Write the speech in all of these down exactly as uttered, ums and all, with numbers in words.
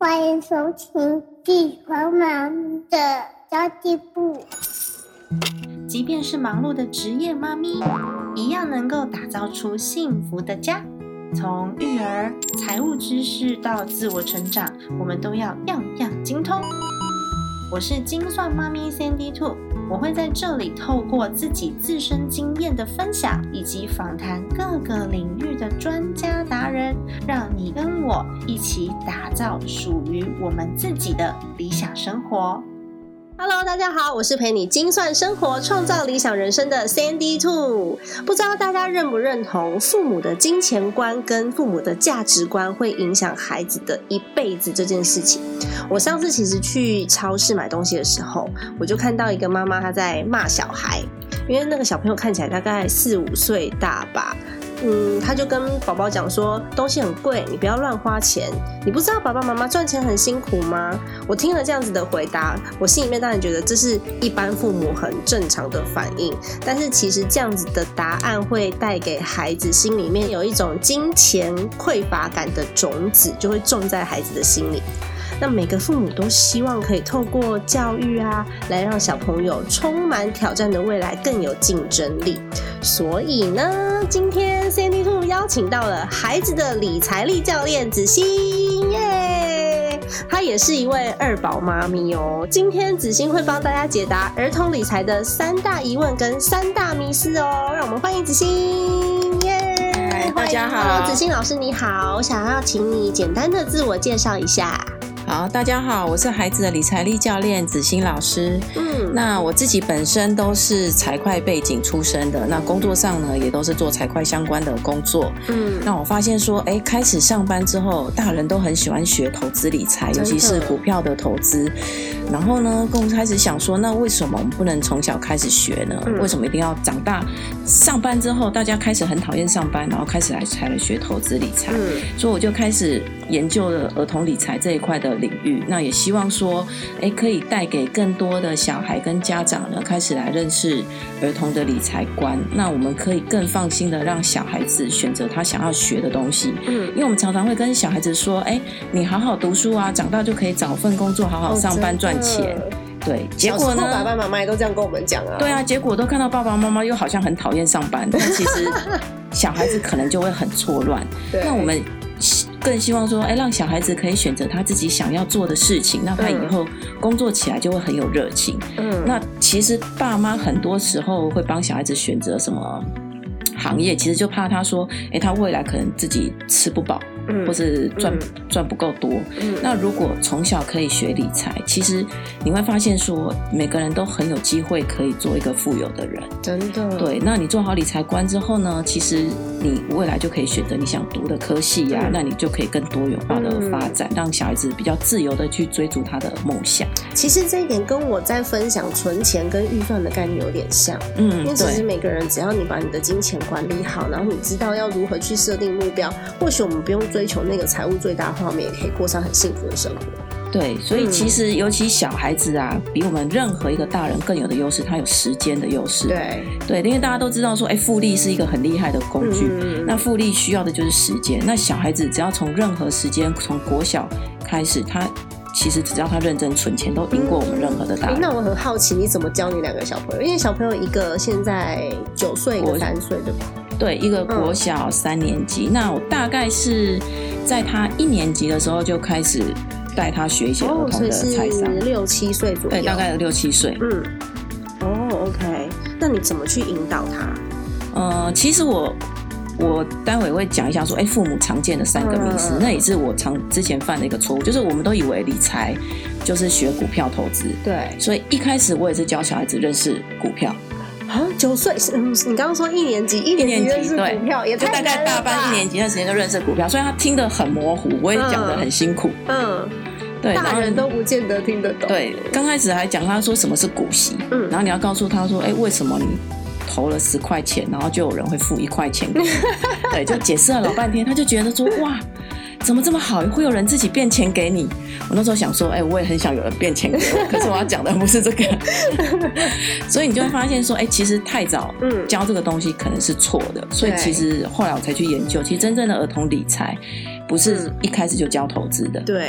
欢迎收听地球妈咪的交际部。 即便是忙碌的职业妈咪，一样能够打造出幸福的家。从育儿、财务知识到自我成长，我们都要样样精通。我是精算妈咪 Sandy Two， 我会在这里透过自己自身经验的分享，以及访谈各个领域的专家达人，让你跟我一起打造属于我们自己的理想生活。 Hello， 大家好，我是陪你精算生活、创造理想人生的 Sandy Two。不知道大家认不认同，父母的金钱观跟父母的价值观会影响孩子的一辈子这件事情。我上次其实去超市买东西的时候，我就看到一个妈妈她在骂小孩，因为那个小朋友看起来大概四五岁大吧。嗯，他就跟宝宝讲说，东西很贵，你不要乱花钱。你不知道爸爸妈妈赚钱很辛苦吗？我听了这样子的回答，我心里面当然觉得这是一般父母很正常的反应，但是其实这样子的答案会带给孩子心里面有一种金钱匮乏感的种子，就会种在孩子的心里。那每个父母都希望可以透过教育啊，来让小朋友充满挑战的未来更有竞争力。所以呢，今天 Sandy Two 邀请到了孩子的理财力教练子欣，耶！她也是一位二宝妈咪哦。今天子欣会帮大家解答儿童理财的三大疑问跟三大迷思哦。让我们欢迎子欣，耶！ 大家好， Hello， 子欣老师你好，想要请你简单的自我介绍一下。 好，大家好，我是孩子的理财力教练子欣老师。嗯，那我自己本身都是财会背景出身的，那工作上呢也都是做财会相关的工作。嗯，那我发现说，哎，开始上班之后，大人都很喜欢学投资理财，尤其是股票的投资。然后呢，跟我开始想说，那为什么我们不能从小开始学呢？嗯、为什么一定要长大上班之后，大家开始很讨厌上班，然后开始来才来学投资理财？嗯，所以我就开始研究了儿童理财这一块的领域，那也希望说，哎，可以带给更多的小孩跟家长呢，开始来认识儿童的理财观。那我们可以更放心的让小孩子选择他想要学的东西。嗯，因为我们常常会跟小孩子说，哎，你好好读书啊，长大就可以找份工作，好好上班赚钱。哦，对，结果呢？ 小时候爸爸妈妈也都这样跟我们讲啊。 对啊，结果都看到爸爸妈妈又好像很讨厌上班，但其实小孩子可能就会很错乱。那我们更希望说，哎，让小孩子可以选择他自己想要做的事情，那他以后工作起来就会很有热情。嗯，那其实爸妈很多时候会帮小孩子选择什么行业，其实就怕他说，哎，他未来可能自己吃不饱。嗯，或是赚、嗯、赚不够多、嗯。那如果从小可以学理财，其实你会发现说，每个人都很有机会可以做一个富有的人。 真的。对， 那你做好理财观之后呢，其实你未来就可以选择你想读的科系呀、啊嗯，那你就可以更多元化的发展、嗯，让小孩子比较自由的去追逐他的梦想。 其实这一点跟我在分享存钱跟预算的概念有点像。嗯，因为其实每个人只要你把你的金钱管理好，然后你知道要如何去设定目标，或许我们不用追求那个财务最大化，我们也可以过上很幸福的生活。 对，所以其实尤其小孩子啊，比我们任何一个大人更有的优势，他有时间的优势。 对对，因为大家都知道说，哎，复利是一个很厉害的工具、嗯、那复利需要的就是时间。那小孩子只要从任何时间，从国小开始，他其实只要他认真存钱，都赢过我们任何的大人。 嗯、那我很好奇，你怎么教你两个小朋友？因为小朋友一个现在九岁，一个三岁，对吧？ 对，一个国小三年级、嗯。那我大概是在他一年级的时候就开始带他学一些儿童的财商， 哦、六七岁左右。 对，大概有六七岁。 嗯，哦 ，OK， 那你怎么去引导他？ 呃，其实我我待会会讲一下说，哎，父母常见的三个迷思、嗯，那也是我常之前犯的一个错误，就是我们都以为理财就是学股票投资。 对， 所以一开始我也是教小孩子认识股票。 啊，九岁，嗯，你刚刚说一年级，一年级认识股票，也太难了吧，就大概大班一年级的时间就认识股票，所以他听得很模糊，我也讲得很辛苦。嗯， 对，大人都不见得听得懂。 对，刚开始还讲他说什么是股息，嗯，然后你要告诉他说，哎，为什么你投了十块钱，然后就有人会付一块钱给你？对，就解释了老半天，他就觉得说，哇，怎么这么好，会有人自己变钱给你？我那时候想说，哎、欸，我也很想有人变钱给我，可是我要讲的不是这个。所以你就会发现说，哎、欸，其实太早教这个东西可能是错的、嗯，所以其实后来我才去研究，其实真正的儿童理财不是一开始就教投资的。 对。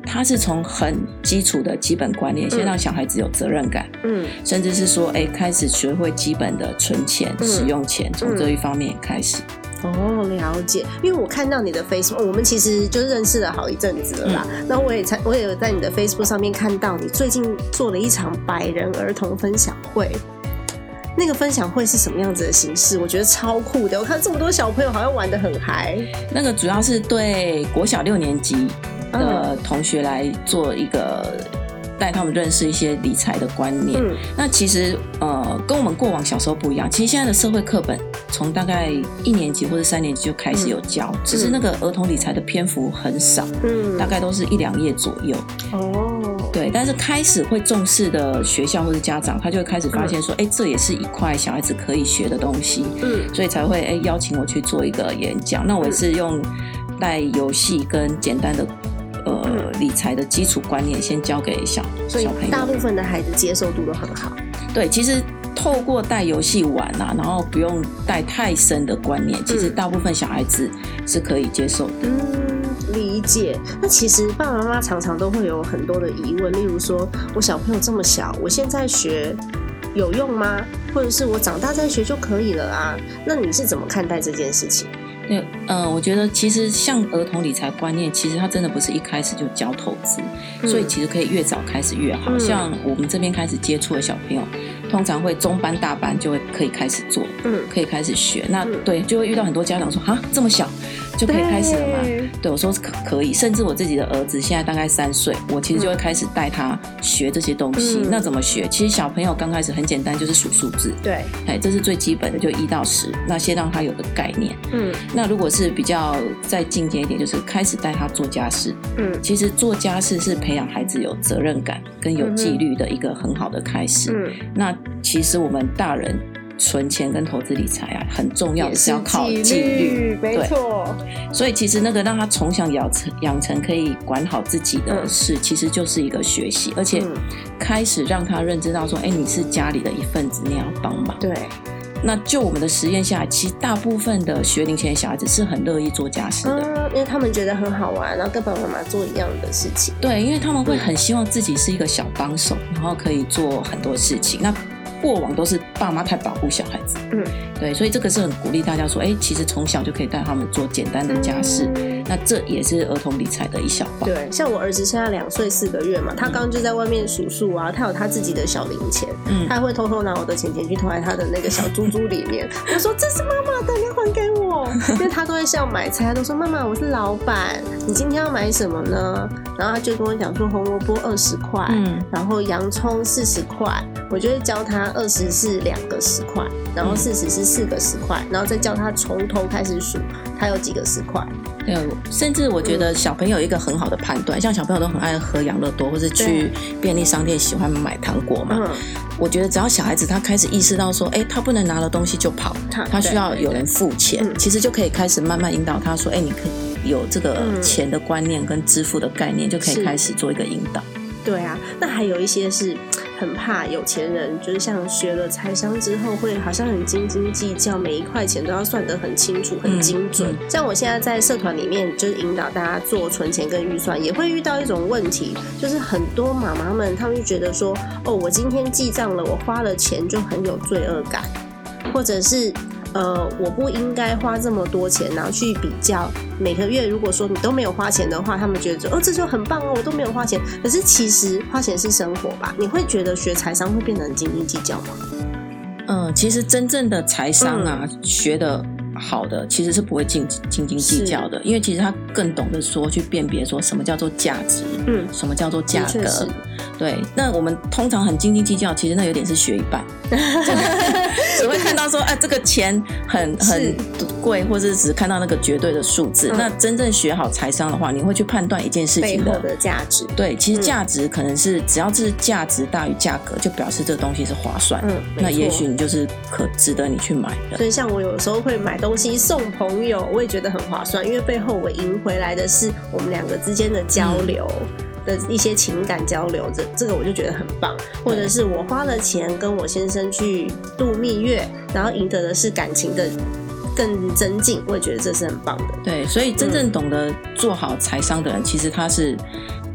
它是从很基础的基本观念，先让小孩子有责任感，嗯，甚至是说，哎，开始学会基本的存钱、嗯、使用钱，从这一方面开始。 哦，了解。因为我看到你的 Facebook， 我们其实就认识了好一阵子了啦。嗯、然后我也才我也有在你的 Facebook 上面看到你最近做了一场百人儿童分享会。那个分享会是什么样子的形式？我觉得超酷的。我看这么多小朋友好像玩得很嗨。 那个主要是对国小六年级的同学来做一个。带他们认识一些理财的观念、嗯、那其实呃跟我们过往小时候不一样，其实现在的社会课本从大概一年级或者三年级就开始有教、嗯、只是那个儿童理财的篇幅很少、嗯、大概都是一两页左右哦。对，但是开始会重视的学校或者家长，他就会开始发现说哎、嗯，这也是一块小孩子可以学的东西，嗯，所以才会哎邀请我去做一个演讲。那我也是用带游戏跟简单的呃，嗯、理财的基础观念先教给小所以小朋友， 大部分的孩子接受度都很好。 对，其实透过带游戏玩啊，然后不用带太深的观念，其实大部分小孩子是可以接受的。 嗯，理解。那其实爸爸妈妈常常都会有很多的疑问，例如说我小朋友这么小，我现在学有用吗？或者是我长大再学就可以了啊？那你是怎么看待这件事情？ 对，呃，我觉得其实像儿童理财观念，其实它真的不是一开始就教投资、嗯，所以其实可以越早开始越好、嗯。像我们这边开始接触的小朋友，通常会中班、大班就会可以开始做，嗯，可以开始学。那、嗯、对，就会遇到很多家长说，哈，这么小就可以开始了吗？对，对我说可可以，甚至我自己的儿子现在大概三岁，我其实就会开始带他学这些东西。嗯、那怎么学？其实小朋友刚开始很简单，就是数数字， 对， 哎，这是最基本的，就一到十。那先让他有个概念，嗯。那如果是比较再进阶一点，就是开始带他做家事。嗯，其实做家事是培养孩子有责任感跟有纪律的一个很好的开始。嗯，那其实我们大人存钱跟投资理财啊，很重要的是要靠纪律， 没错。 所以其实那个让他从小养成养成可以管好自己的事、嗯，其实就是一个学习，而且开始让他认知到说，哎、欸，你是家里的一份子，你要帮忙。 对。 那就我们的实验下来，其实大部分的学龄前的小孩子是很乐意做家事的、 嗯、因为他们觉得很好玩，然后跟爸爸妈妈做一样的事情。 对，因为他们会很希望自己是一个小帮手、嗯、然后可以做很多事情。那过往都是爸妈太保护小孩子，嗯，对，所以这个是很鼓励大家说，哎，其实从小就可以带他们做简单的家事、嗯、那这也是儿童理财的一小包。 对，像我儿子现在两岁四个月嘛，他刚刚就在外面数数啊，他有他自己的小零钱，嗯，他还会偷偷拿我的钱钱去投在他的那个小珠珠里面。我说这是妈妈的，你要还给我，因为他都会像买菜，他都说妈妈我是老板，你今天要买什么呢？然后他就跟我讲说红萝卜二十块，嗯，然后洋葱四十块，我就会教他二十是两个十块，然后四十是四个十块，然后再叫他从头开始数，他有几个十块。 对，甚至我觉得小朋友有一个很好的判断、嗯，像小朋友都很爱喝养乐多，或是去便利商店喜欢买糖果嘛。嗯，我觉得只要小孩子他开始意识到说，哎，他不能拿了东西就跑，他需要有人付钱，其实就可以开始慢慢引导他说，哎，你可以有这个钱的观念跟支付的概念，就可以开始做一个引导。 对啊，那还有一些是很怕有钱人，就是像学了财商之后会好像很斤斤计较，每一块钱都要算得很清楚很精准、嗯嗯、像我现在在社团里面就是引导大家做存钱跟预算，也会遇到一种问题，就是很多妈妈们她们就觉得说，哦，我今天记账了，我花了钱就很有罪恶感，或者是呃，我不应该花这么多钱，然后去比较每个月。如果说你都没有花钱的话，他们觉得哦，这就很棒哦，我都没有花钱。可是其实花钱是生活吧？你会觉得学财商会变得很斤斤计较吗？ 嗯，其实真正的财商啊，嗯、学的好的其实是不会斤斤斤计较的，因为其实他更懂得说去辨别说什么叫做价值，嗯，什么叫做价格。对，那我们通常很斤斤计较，其实那有点是学一半，只会看到说，啊，这个钱很很贵，或者只看到那个绝对的数字、嗯。那真正学好财商的话，你会去判断一件事情的背后的价值。 对，其实价值可能是、嗯、只要是价值大于价格，就表示这个东西是划算。嗯，那也许你就是可值得你去买的。 所以像我有时候会买东西送朋友，我也觉得很划算，因为背后我赢回来的是我们两个之间的交流。嗯的一些情感交流，这这个我就觉得很棒。或者是我花了钱跟我先生去度蜜月，然后赢得的是感情的更增进，我也觉得这是很棒的。 对，所以真正懂得做好财商的人，嗯、其实他是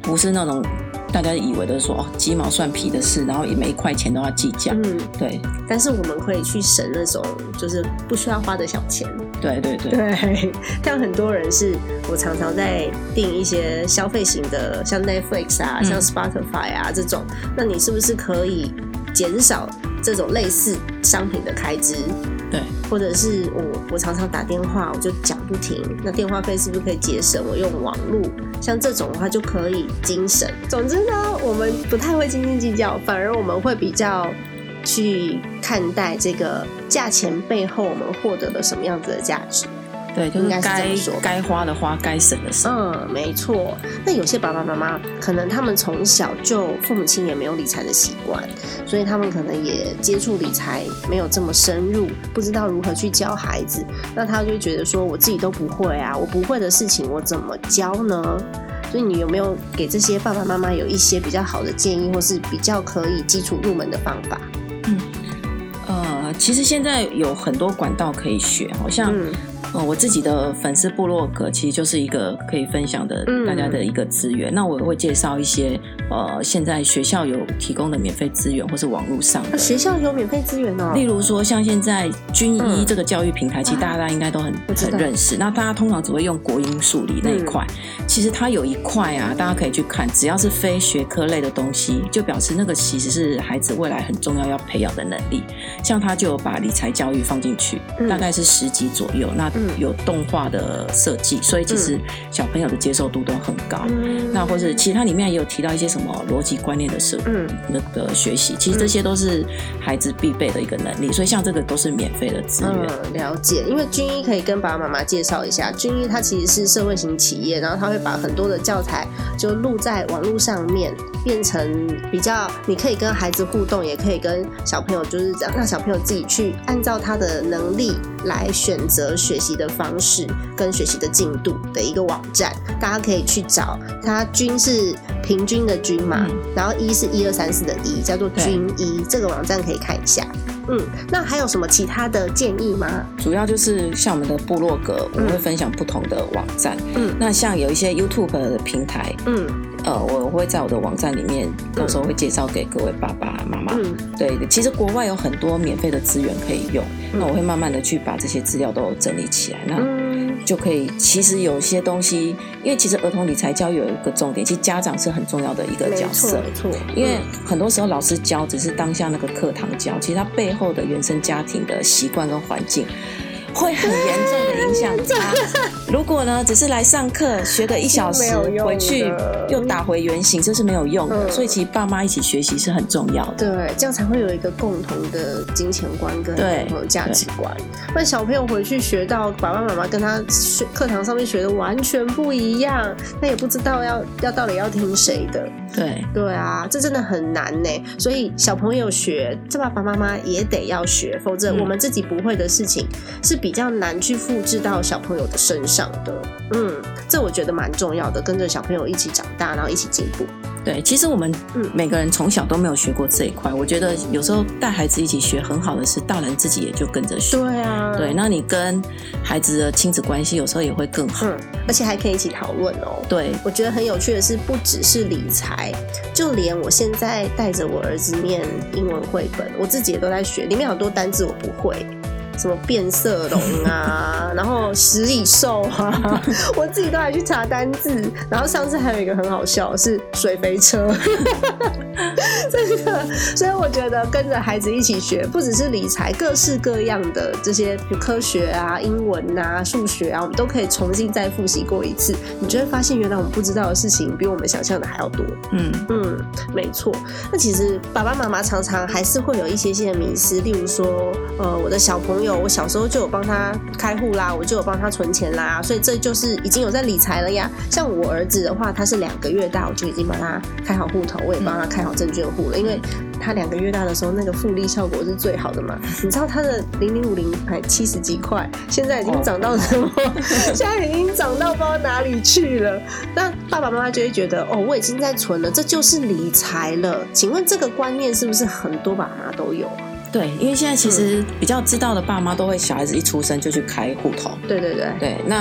不是那种大家以为的说哦鸡毛蒜皮的事，然后每一块钱都要计较。嗯，对。 但是我们可以去省那种就是不需要花的小钱。 对对对对，像很多人是我常常在订一些消费型的，像 Netflix 啊，嗯、像 Spotify 啊这种，那你是不是可以减少这种类似商品的开支？ 对， 或者是我我常常打电话我就讲不停，那电话费是不是可以节省？我用网络，像这种的话就可以精省。总之呢，我们不太会斤斤计较，反而我们会比较去看待这个价钱背后我们获得了什么样子的价值。 对，就是该该花的花，该省的省。 嗯，没错。那有些爸爸妈妈可能他们从小就父母亲也没有理财的习惯，所以他们可能也接触理财没有这么深入，不知道如何去教孩子。那他就觉得说，我自己都不会啊，我不会的事情我怎么教呢？所以你有没有给这些爸爸妈妈有一些比较好的建议，或是比较可以基础入门的方法？ 嗯，呃，其实现在有很多管道可以学，好像、嗯呃、我自己的粉丝部落格其实就是一个可以分享的大家的一个资源、嗯、那我会介绍一些呃现在学校有提供的免费资源，或是网络上的、啊、 学校有免费资源哦。 例如说像现在军医这个教育平台、嗯、其实大家应该都很很认识，那大家通常只会用国英数理那一块、嗯、其实它有一块啊大家可以去看，只要是非学科类的东西，就表示那个其实是孩子未来很重要要培养的能力。像他就有把理财教育放进去、嗯、大概是十集左右，那有动画的设计，所以其实小朋友的接受度都很高、嗯、那或者其实它里面也有提到一些什么逻辑观念的设、嗯、那个学习，其实这些都是孩子必备的一个能力，所以像这个都是免费的资源、 嗯、了解。因为军医可以跟爸爸妈妈介绍一下，军医它其实是社会型企业，然后它会把很多的教材就录在网络上面，变成比较你可以跟孩子互动，也可以跟小朋友就是让小朋友自己去按照他的能力来选择学习的方式跟学习的进度的一个网站，大家可以去找它。均是平均的均嘛、嗯、然后一是一二三四的一，叫做均一，这个网站可以看一下。嗯，那还有什么其他的建议吗？ 主要就是像我们的部落格，我们会分享不同的网站。嗯，那像有一些 YouTube 的平台，嗯，呃，我会在我的网站里面，到时候会介绍给各位爸爸妈妈。嗯，对，其实国外有很多免费的资源可以用，嗯、那我会慢慢的去把这些资料都整理起来。那、嗯、就可以，其实有些东西，因为其实儿童理财教育有一个重点，其实家长是很重要的一个角色。 没错，没错。 因为很多时候老师教只是当下那个课堂教，其实他背后的原生家庭的习惯跟环境会很严重的影响他。如果呢只是来上课学个一小时回去又打回原形，这是没有用的、嗯、所以其实爸妈一起学习是很重要的。 对，这样才会有一个共同的金钱观跟共同的价值观。那小朋友回去学到爸爸妈妈跟他课堂上面学的完全不一样，他也不知道要要到底要听谁的。 对对啊，这真的很难呢。所以小朋友学，这爸爸妈妈也得要学，否则我们自己不会的事情是比较难去复制到小朋友的身上的。嗯，这我觉得蛮重要的，跟着小朋友一起长大，然后一起进步。 对，其实我们每个人从小都没有学过这一块、嗯、我觉得有时候带孩子一起学很好的是大人自己也就跟着学。 对啊， 对，那你跟孩子的亲子关系有时候也会更好、嗯、 而且还可以一起讨论哦。 对， 我觉得很有趣的是，不只是理财，就连我现在带着我儿子念英文绘本，我自己也都在学，里面好多单字我不会，什么变色龙啊然后食蚁兽啊我自己都还去查单字。然后上次还有一个很好笑是水肥车这个，所以我觉得跟着孩子一起学，不只是理财，各式各样的这些科学啊、英文啊、数学啊，我们都可以重新再复习过一次，你就会发现原来我们不知道的事情比我们想象的还要多。嗯嗯，没错。那其实爸爸妈妈常常还是会有一些些迷思，例如说呃，我的小朋友我小时候就有帮他开户啦，我就有帮他存钱啦，所以这就是已经有在理财了呀。像我儿子的话，他是两个月大我就已经帮他开好户头，我也帮他开好证券户了，因为他两个月大的时候那个复利效果是最好的嘛。你知道他的零零五零还七十几块，现在已经涨到什么、哦、现在已经涨到不知道哪里去了。那爸爸妈妈就会觉得哦，我已经在存了，这就是理财了。请问这个观念是不是很多爸妈都有？ 对，因为现在其实比较知道的爸妈都会小孩子一出生就去开户头。 对对对对，那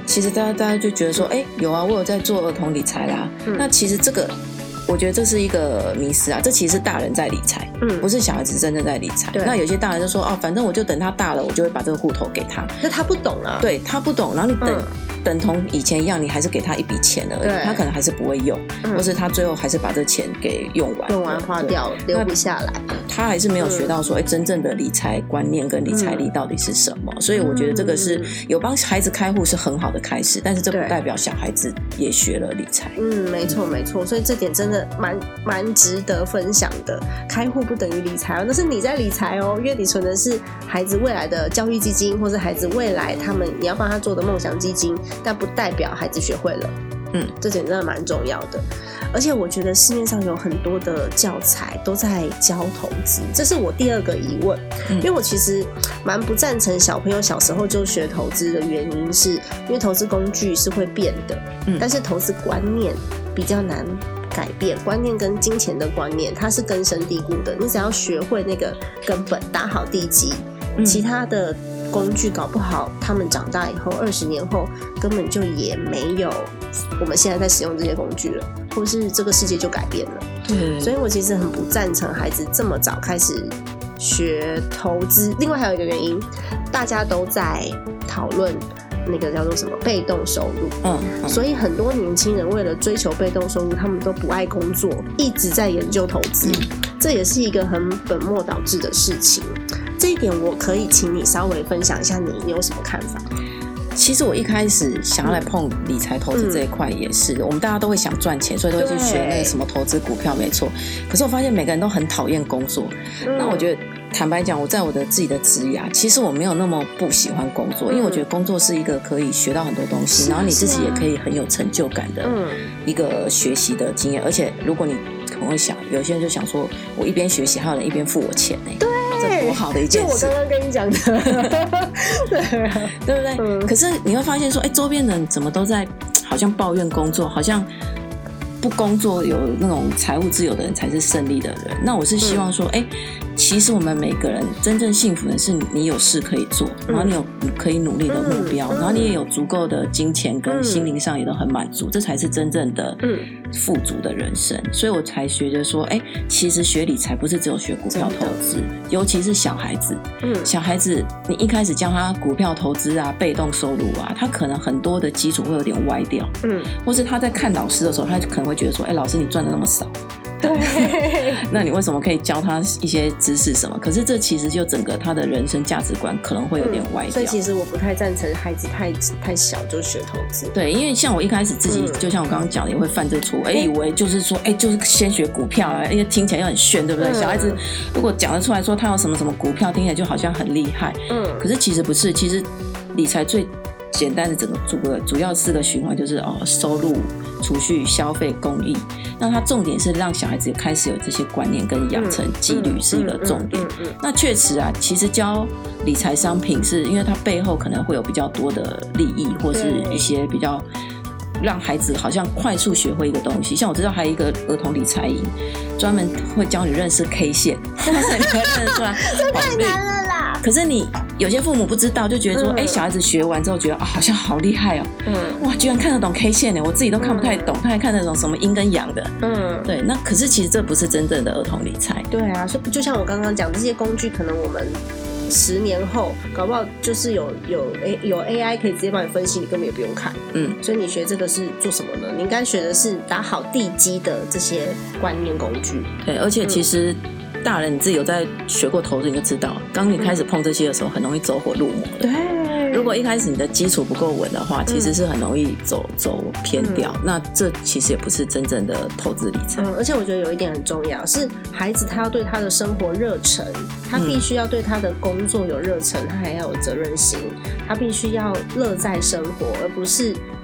其实大家大家就觉得说，哎，有啊，我有在做儿童理财啦。嗯、那其实这个，我觉得这是一个迷思啊，这其实是大人在理财，嗯，不是小孩子真正在理财。那有些大人就说，哦，反正我就等他大了，我就会把这个户头给他。 那他不懂啊， 对他不懂，然后你等。嗯等同以前一样，你还是给他一笔钱而已，他可能还是不会用，嗯、或是他最后还是把这钱给用完， 用完花掉了，留不下来。 他还是没有学到说，哎、嗯，真正的理财观念跟理财力到底是什么？嗯、所以我觉得这个是有帮孩子开户是很好的开始，但是这不代表小孩子也学了理财。 嗯，没错没错，所以这点真的蛮蛮值得分享的。开户不等于理财哦，那是你在理财哦，因为你存的是孩子未来的教育基金，或是孩子未来他们你要帮他做的梦想基金。但不代表孩子学会了，嗯，这点真的蛮重要的。而且我觉得市面上有很多的教材都在教投资，这是我第二个疑问。嗯、因为我其实蛮不赞成小朋友小时候就学投资的原因是，因为投资工具是会变的，嗯、但是投资观念比较难改变，观念跟金钱的观念它是根深蒂固的，你只要学会那个根本，打好地基，嗯、其他的工具搞不好他们长大以后二十年后根本就也没有我们现在在使用这些工具了，或是这个世界就改变了。嗯，所以我其实很不赞成孩子这么早开始学投资。另外还有一个原因，大家都在讨论那个叫做什么被动收入，嗯，嗯所以很多年轻人为了追求被动收入，他们都不爱工作，一直在研究投资，嗯、这也是一个很本末倒置的事情。这一点我可以请你稍微分享一下，你你有什么看法？ 其实我一开始想要来碰理财投资这一块也是、嗯、我们大家都会想赚钱，所以都会去学那个什么投资股票，没错。可是我发现每个人都很讨厌工作、嗯、那我觉得坦白讲，我在我的自己的职涯，其实我没有那么不喜欢工作、嗯、因为我觉得工作是一个可以学到很多东西，然后你自己也可以很有成就感的一个学习的经验、嗯、而且如果你可能会想，有些人就想说我一边学习还有人一边付我钱、欸、 对， 这多好的一件事， 就我刚刚跟你讲的对, 对不对、嗯、可是你会发现说，哎，周边人怎么都在好像抱怨工作，好像不工作有那种财务自由的人才是胜利的人。那我是希望说，哎、嗯，其实我们每个人真正幸福的是你有事可以做，然后你有可以努力的目标、嗯、然后你也有足够的金钱跟心灵上也都很满足、嗯、这才是真正的富足的人生。所以我才觉得说，哎，其实学理财不是只有学股票投资，尤其是小孩子、嗯、小孩子你一开始教他股票投资啊，被动收入啊，他可能很多的基础会有点歪掉，嗯，或是他在看老师的时候，他可能会觉得说，哎，老师你赚的那么少，对，那你为什么可以教他一些知识什么？可是这其实就整个他的人生价值观可能会有点歪掉、嗯、 所以其实我不太赞成孩子太太小就学投资。 对，因为像我一开始自己、嗯、就像我刚刚讲的，也会犯这错误，哎，以为就是说，哎，就是先学股票啊，因为听起来又很炫，对不对？嗯、小孩子如果讲得出来说他有什么什么股票，听起来就好像很厉害，嗯，可是其实不是，其实理财最简单的整个主个主要四个循环就是哦，收入、储蓄、消费、公益。那它重点是让小孩子开始有这些观念跟养成纪律是一个重点。那确实啊，其实教理财商品是因为它背后可能会有比较多的利益，或是一些比较让孩子好像快速学会一个东西。像我知道还有一个儿童理财营，专门会教你认识 K 线，但是你会认得出来， 这太难了啦。 可是你有些父母不知道，就觉得说，哎、嗯欸，小孩子学完之后觉得啊、哦，好像好厉害哦，嗯，哇，居然看得懂 K 线呢，我自己都看不太懂，他、嗯、还看得懂什么阴跟阳的，嗯，对，那可是其实这不是真正的儿童理财。 对啊，所以就像我刚刚讲，这些工具可能我们十年后搞不好就是有有有 A I 可以直接帮你分析，你根本也不用看，嗯，所以你学这个是做什么呢？你应该学的是打好地基的这些观念工具。 对，而且其实、嗯大人你自己有在学过投资，你就知道，当你开始碰这些的时候，很容易走火入魔的。 对， 如果一开始你的基础不够稳的话，其实是很容易走走偏掉。嗯、那这其实也不是真正的投资理财。 嗯，而且我觉得有一点很重要，是孩子他要对他的生活热忱，他必须要对他的工作有热忱，他还要有责任心，他必须要乐在生活，而不是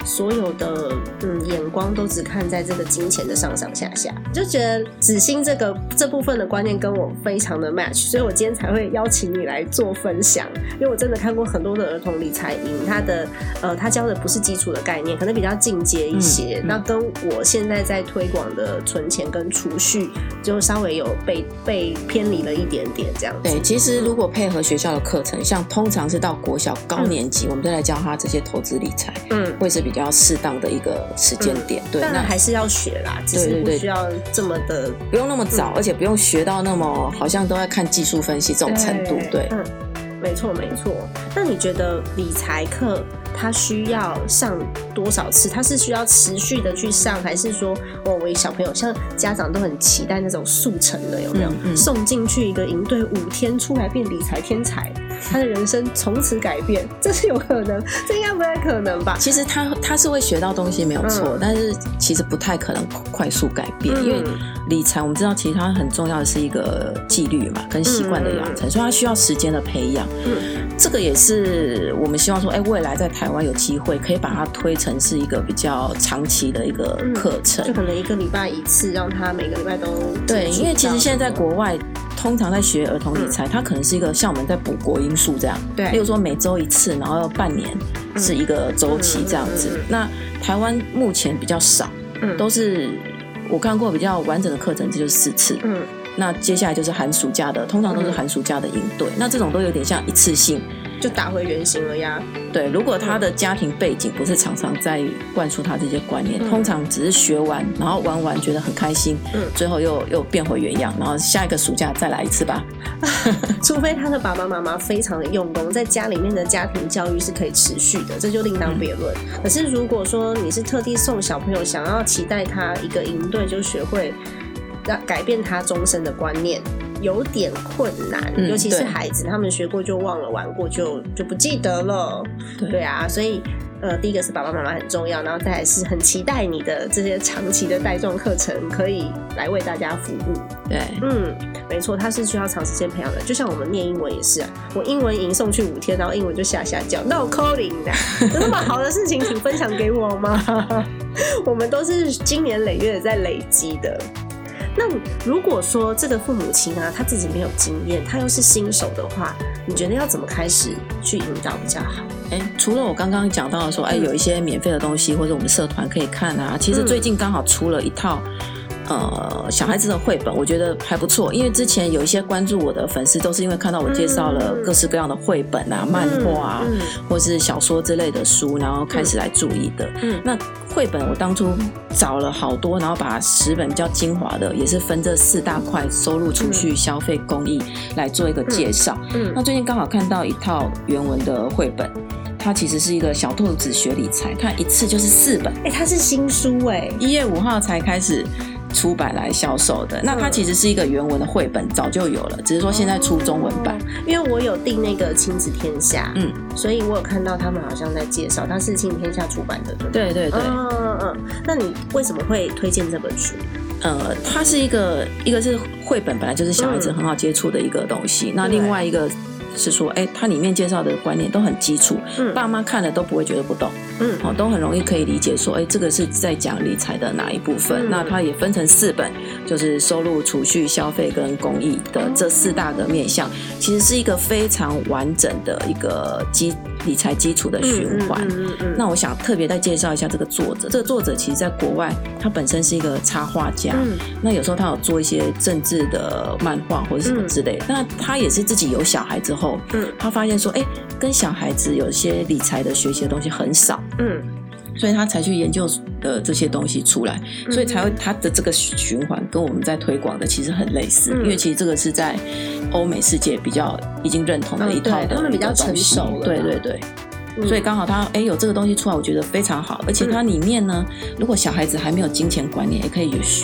所有的嗯眼光都只看在这个金钱的上上下下，就觉得子欣这个这部分的观念跟我非常的 match， 所以我今天才会邀请你来做分享，因为我真的看过很多的儿童理财营，他的呃他教的不是基础的概念，可能比较进阶一些，嗯嗯、那跟我现在在推广的存钱跟储蓄就稍微有被被偏离了一点点这样子。 对，其实如果配合学校的课程，像通常是到国小高年级，嗯、我们再来教他这些投资理财，嗯，会是比较适当的一个时间点。嗯、对， 那还是要学啦，只是不需要这么的， 不用那么早，嗯、而且不用学到那么好像都在看技术分析这种程度。对，对嗯，没错没错。那你觉得理财课他需要上多少次？他是需要持续的去上，还是说哦，我小朋友像家长都很期待那种速成的，有没有？嗯嗯、送进去一个营队五天出来变理财天才，他的人生从此改变，这是有可能？这应该不太可能吧？ 其实他他是会学到东西没有错，嗯、但是其实不太可能快速改变，嗯、因为理财我们知道其实它很重要的是一个纪律嘛，跟习惯的养成，嗯、所以它需要时间的培养。嗯，这个也是我们希望说，哎，未来在台湾有机会可以把它推成是一个比较长期的一个课程， 嗯、就可能一个礼拜一次，让他每个礼拜都对，因为其实现在在国外通常在学儿童理财，嗯、它可能是一个像我们在补国英数这样，对，例如说每周一次，然后半年是一个周期这样子。嗯嗯嗯嗯、那台湾目前比较少，嗯、都是我看过比较完整的课程，这就是四次。嗯，那接下来就是寒暑假的，通常都是寒暑假的营队，嗯、那这种都有点像一次性。 就打回原形了呀。 对，如果他的家庭背景不是常常在灌输他这些观念，嗯、通常只是学完，然后玩完觉得很开心，嗯、最后又又变回原样，然后下一个暑假再来一次吧。 除非他的爸爸妈妈非常的用功，在家里面的家庭教育是可以持续的，这就另当别论。嗯、可是如果说你是特地送小朋友，想要期待他一个营队就学会改变他终身的观念，有点困难，嗯、尤其是孩子，他们学过就忘了，玩过就就不记得了。对，对啊，所以呃，第一个是爸爸妈妈很重要，然后再来是很期待你的这些长期的带状课程可以来为大家服务。 对， 嗯，没错，它是需要长时间培养的。就像我们念英文也是啊，我英文营送去五天，然后英文就下下叫，那我 calling 的，有那么好的事情请分享给我吗？我们都是经年累月的在累积的。那如果说这个父母亲啊，他自己没有经验，他又是新手的话，你觉得要怎么开始去引导比较好？ 哎，除了我刚刚讲到的说，哎，有一些免费的东西或者我们社团可以看啊，其实最近刚好出了一套。呃，小孩子的绘本我觉得还不错，因为之前有一些关注我的粉丝都是因为看到我介绍了各式各样的绘本啊、嗯、漫画啊、嗯、或是小说之类的书，然后开始来注意的。嗯，那绘本我当初找了好多，然后把十本比较精华的，也是分这四大块：收入、储蓄、消费、公益来做一个介绍。嗯，那最近刚好看到一套原文的绘本。它其实是一个小兔子学理财，它一次就是四本。 哎、欸，它是新书哎， 一月五号才开始出版来销售的。那它其实是一个原文的绘本，早就有了，只是说现在出中文版。哦、 因为我有订那个亲子天下，嗯，所以我有看到他们好像在介绍，它是亲子天下出版的，对对对对。 嗯嗯嗯。那你为什么会推荐这本书？ 呃，它是一个一个是绘本，本来就是小孩子很好接触的一个东西。嗯、那另外一个。是说，哎，它里面介绍的观念都很基础，嗯、爸妈看了都不会觉得不懂，嗯，哦，都很容易可以理解说，哎，这个是在讲理财的哪一部分？嗯、那它也分成四本，就是收入、储蓄、消费跟公益的这四大个面向，其实是一个非常完整的一个基理财基础的循环。嗯嗯嗯嗯、那我想特别再介绍一下这个作者，这个作者其实在国外，他本身是一个插画家，嗯、那有时候他有做一些政治的漫画或者什么之类的，嗯、那他也是自己有小孩之后。嗯，他发现说，哎，跟小孩子有些理财的学习的东西很少，嗯，所以他才去研究的这些东西出来，嗯、所以才会他的这个循环跟我们在推广的其实很类似，嗯、因为其实这个是在欧美世界比较已经认同的一套的， 他们比较成熟了， 对对对。所以刚好他哎有这个东西出来，我觉得非常好，而且它里面呢，如果小孩子还没有金钱观念，也可以有学。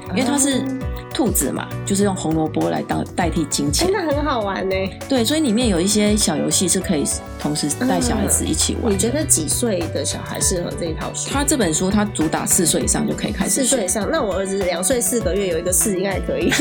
因为它是兔子嘛，就是用红萝卜来当代替金钱， 真的很好玩呢。 对，所以里面有一些小游戏是可以同时带小孩子一起玩。 嗯、你觉得几岁的小孩适合这一套书？ 他这本书他主打四岁以上就可以开始学。 四岁以上，那我儿子两岁四个月有一个四应该也可以。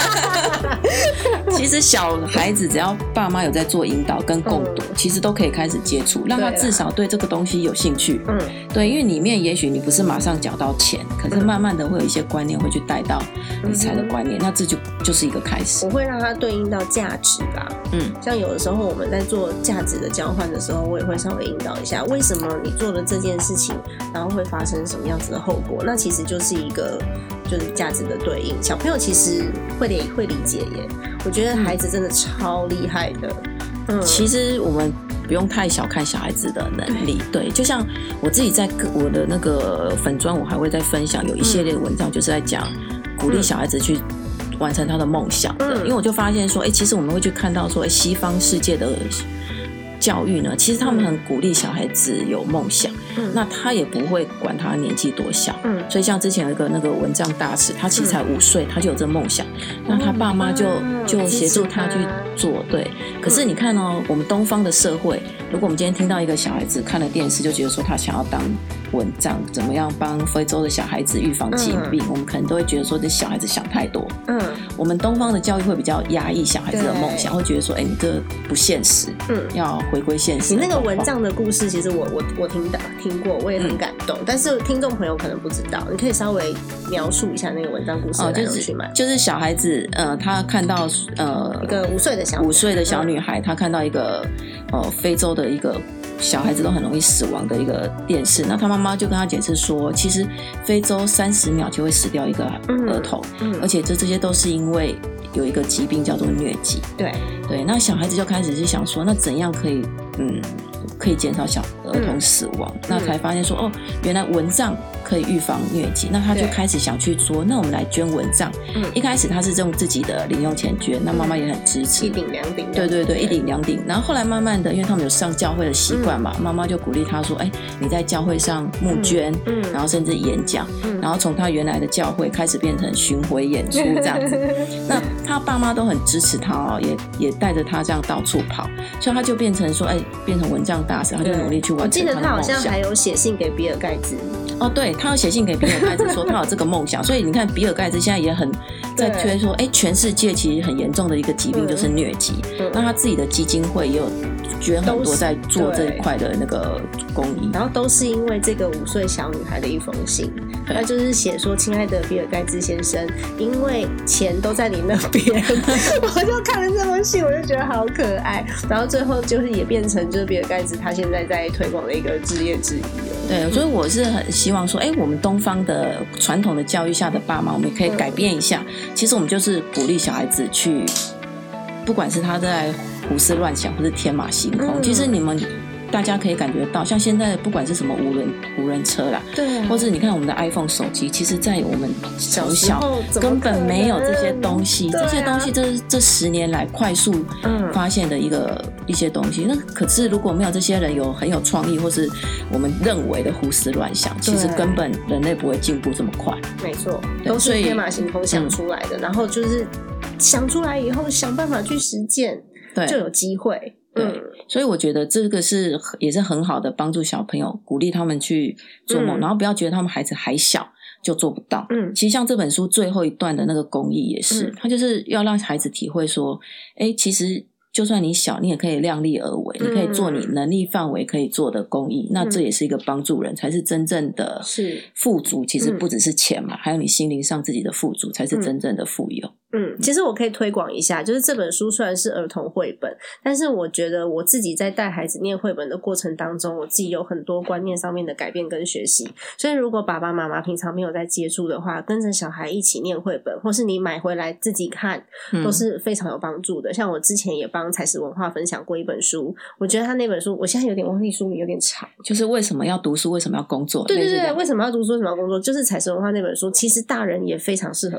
其实小孩子只要爸妈有在做引导跟共读、嗯，其实都可以开始接触，让他至少对这个东西有兴趣。嗯，对，因为里面也许你不是马上缴到钱，可是慢慢的会有一些观念会去带到理财的观念、嗯，那这就就是一个开始。 我会让它对应到价值啦。嗯，像有的时候我们在做价值的交换的时候，我也会稍微引导一下，为什么你做了这件事情，然后会发生什么样子的后果？那其实就是一个就是价值的对应。小朋友其实会理会理解耶，我觉得孩子真的超厉害的。嗯， 其实我们不用太小看小孩子的能力。对，就像我自己在我的那个粉专，我还会再分享有一系列的文章，就是在讲鼓励小孩子去完成他的梦想的、嗯、因为我就发现说，哎、欸，其实我们会去看到说，哎、欸，西方世界的教育呢，其实他们很鼓励小孩子有梦想、嗯、那他也不会管他年纪多小、嗯、所以像之前有一个那个文章大使，他其实才五岁、嗯、他就有这梦想、嗯、那他爸妈就、嗯、就协助他去做。对，可是你看哦，我们东方的社会，如果我们今天听到一个小孩子看了电视就觉得说他想要当文章，怎么样帮非洲的小孩子预防疾病、嗯、我们可能都会觉得说这小孩子想太多。嗯，我们东方的教育会比较压抑小孩子的梦想，会觉得说，哎、欸，你这不现实，嗯，要回归现实。 你那个蚊帐的故事，其实我我我听到听过，我也很感动、嗯，但是听众朋友可能不知道，你可以稍微描述一下那个蚊帐故事的来龙去脉。 就是小孩子，呃，他看到呃一个五岁的小五岁的小女孩，她、嗯、看到一个呃非洲的一个小孩子都很容易死亡的一个电视，那他妈妈就跟他解释说，其实非洲三十秒就会死掉一个儿童、嗯嗯、而且这这些都是因为有一个疾病叫做疟疾。对对，那小孩子就开始是想说，那怎样可以嗯可以减少小儿童死亡、嗯、那才发现说，哦，原来蚊帐可以预防疟疾，那他就开始想去说，那我们来捐蚊帐、嗯、一开始他是用自己的零用钱捐，那妈妈也很支持， 一顶两顶， 对对对，一顶两顶。然后后来慢慢的，因为他们有上教会的习惯嘛，妈妈就鼓励他说，哎，你在教会上募捐、嗯嗯、然后甚至演讲、嗯、然后从他原来的教会开始变成巡回演出这样子那他爸妈都很支持他哦，也也带着他这样到处跑，所以他就变成说，哎，变成蚊帐大使，他就努力去完成他的梦想。我记得他好像还有写信给比尔盖茨。 哦，对，他有写信给比尔盖茨说他有这个梦想，所以你看比尔盖茨现在也很在推说，哎，全世界其实很严重的一个疾病就是疟疾、嗯、那他自己的基金会也有捐很多在做这一块的那个公益， 然后都是因为这个五岁小女孩的一封信，那就是写说，亲爱的比尔盖茨先生，因为钱都在你那边我就看了这封信，我就觉得好可爱，然后最后就是也变成就是比尔盖茨他现在在推广的一个职业之一了。 对，所以我是很希望说，哎，我们东方的传统的教育下的爸妈，我们也可以改变一下、嗯、其实我们就是鼓励小孩子去，不管是他在胡思乱想或是天马行空、嗯、其实你们大家可以感觉到，像现在不管是什么无人无人车啦，对、啊，或是你看我们的 iPhone 手机，其实在我们从小根本没有这些东西，啊、这些东西这这十年来快速发现的一个、嗯、一些东西。那可是如果没有这些人有很有创意，或是我们认为的胡思乱想，其实根本人类不会进步这么快。 没错，都是天马行空想出来的、嗯，然后就是想出来以后想办法去实践，就有机会。 对、嗯，所以我觉得这个是也是很好的帮助小朋友，鼓励他们去做梦、嗯、然后不要觉得他们孩子还小就做不到。嗯，其实像这本书最后一段的那个公益也是、嗯、他就是要让孩子体会说，诶，其实就算你小，你也可以量力而为、嗯、你可以做你能力范围可以做的公益、嗯、那这也是一个帮助人，才是真正的富足。其实不只是钱嘛、嗯、还有你心灵上自己的富足才是真正的富有。 嗯，其实我可以推广一下，就是这本书虽然是儿童绘本，但是我觉得我自己在带孩子念绘本的过程当中，我自己有很多观念上面的改变跟学习。所以如果爸爸妈妈平常没有在接触的话，跟着小孩一起念绘本，或是你买回来自己看，都是非常有帮助的、嗯、像我之前也帮采实文化分享过一本书，我觉得他那本书我现在有点忘记书名，有点长， 就是为什么要读书，为什么要工作。 对对对，为什么要读书，为什么要工作，就是采实文化那本书，其实大人也非常适合看。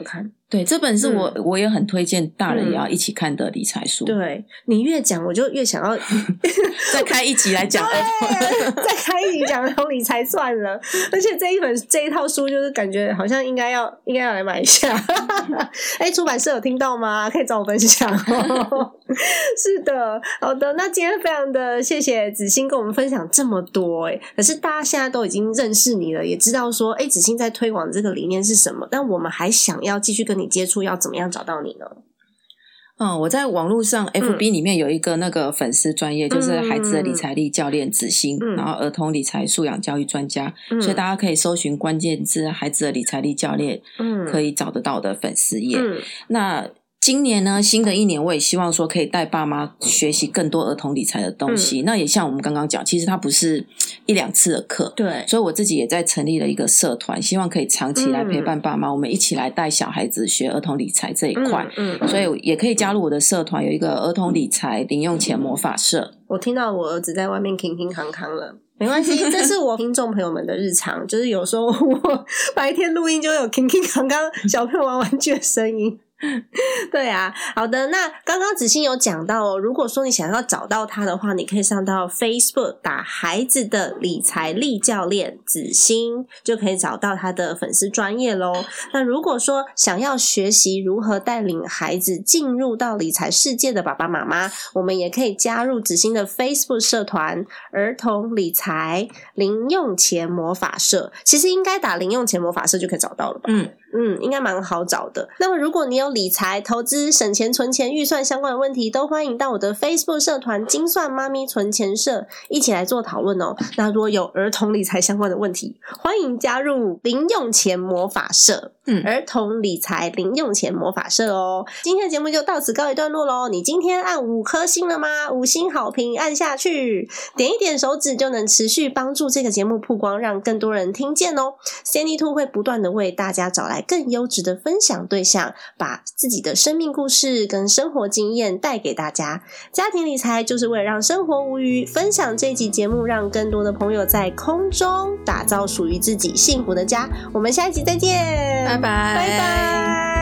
对，这本是我、 嗯、 我也很推荐大人也要一起看的理财书。 对，你越讲我就越想要再开一集来讲儿童再开一集讲儿童理财算了。而且这一本这一套书就是感觉好像应该要应该要来买一下。哎，出版社有听到吗？可以找我分享哦。是的，好的，那今天非常的谢谢子欣跟我们分享这么多。哎，可是大家现在都已经认识你了，也知道说哎，子欣在推广这个理念是什么，但我们还想要继续跟你接触，要怎么样找到你呢？ 嗯，我在网络上 F B 里面有一个那个粉丝专页、嗯、就是孩子的理财力教练子欣、嗯、然后儿童理财素养教育专家、嗯、所以大家可以搜寻关键字孩子的理财力教练、嗯、可以找得到的粉丝页、嗯、那今年呢，新的一年我也希望说可以带爸妈学习更多儿童理财的东西、嗯、那也像我们刚刚讲，其实它不是一两次的课， 对， 所以我自己也在成立了一个社团，希望可以长期来陪伴爸妈、嗯、我们一起来带小孩子学儿童理财这一块、嗯嗯、所以也可以加入我的社团，有一个儿童理财零用钱魔法社。 我听到我儿子在外面铿铿锵锵了，没关系，这是我听众朋友们的日常，就是有时候我白天录音就有铿铿锵锵小朋友玩玩具的声音。对啊，好的，那刚刚子欣有讲到哦，如果说你想要找到他的话，你可以上到 Facebook 打孩子的理财力教练子欣，就可以找到他的粉丝专页咯。那如果说想要学习如何带领孩子进入到理财世界的爸爸妈妈，我们也可以加入子欣的 Facebook 社团儿童理财零用钱魔法社，其实应该打零用钱魔法社就可以找到了吧。嗯嗯，应该蛮好找的。那么如果你有理财、投资、省钱、存钱、预算相关的问题，都欢迎到我的 Facebook 社团精算妈咪存钱社一起来做讨论哦。那如果有儿童理财相关的问题，欢迎加入零用钱魔法社，嗯，儿童理财零用钱魔法社哦。今天的节目就到此告一段落咯。你今天按五颗星了吗？五星好评按下去，点一点手指就能持续帮助这个节目曝光，让更多人听见哦。Sandy Two 会不断的为大家找来更优质的分享对象，把自己的生命故事跟生活经验带给大家。家庭理财就是为了让生活无虞，分享这一集节目，让更多的朋友在空中打造属于自己幸福的家。我们下一集再见， 拜拜， 拜拜。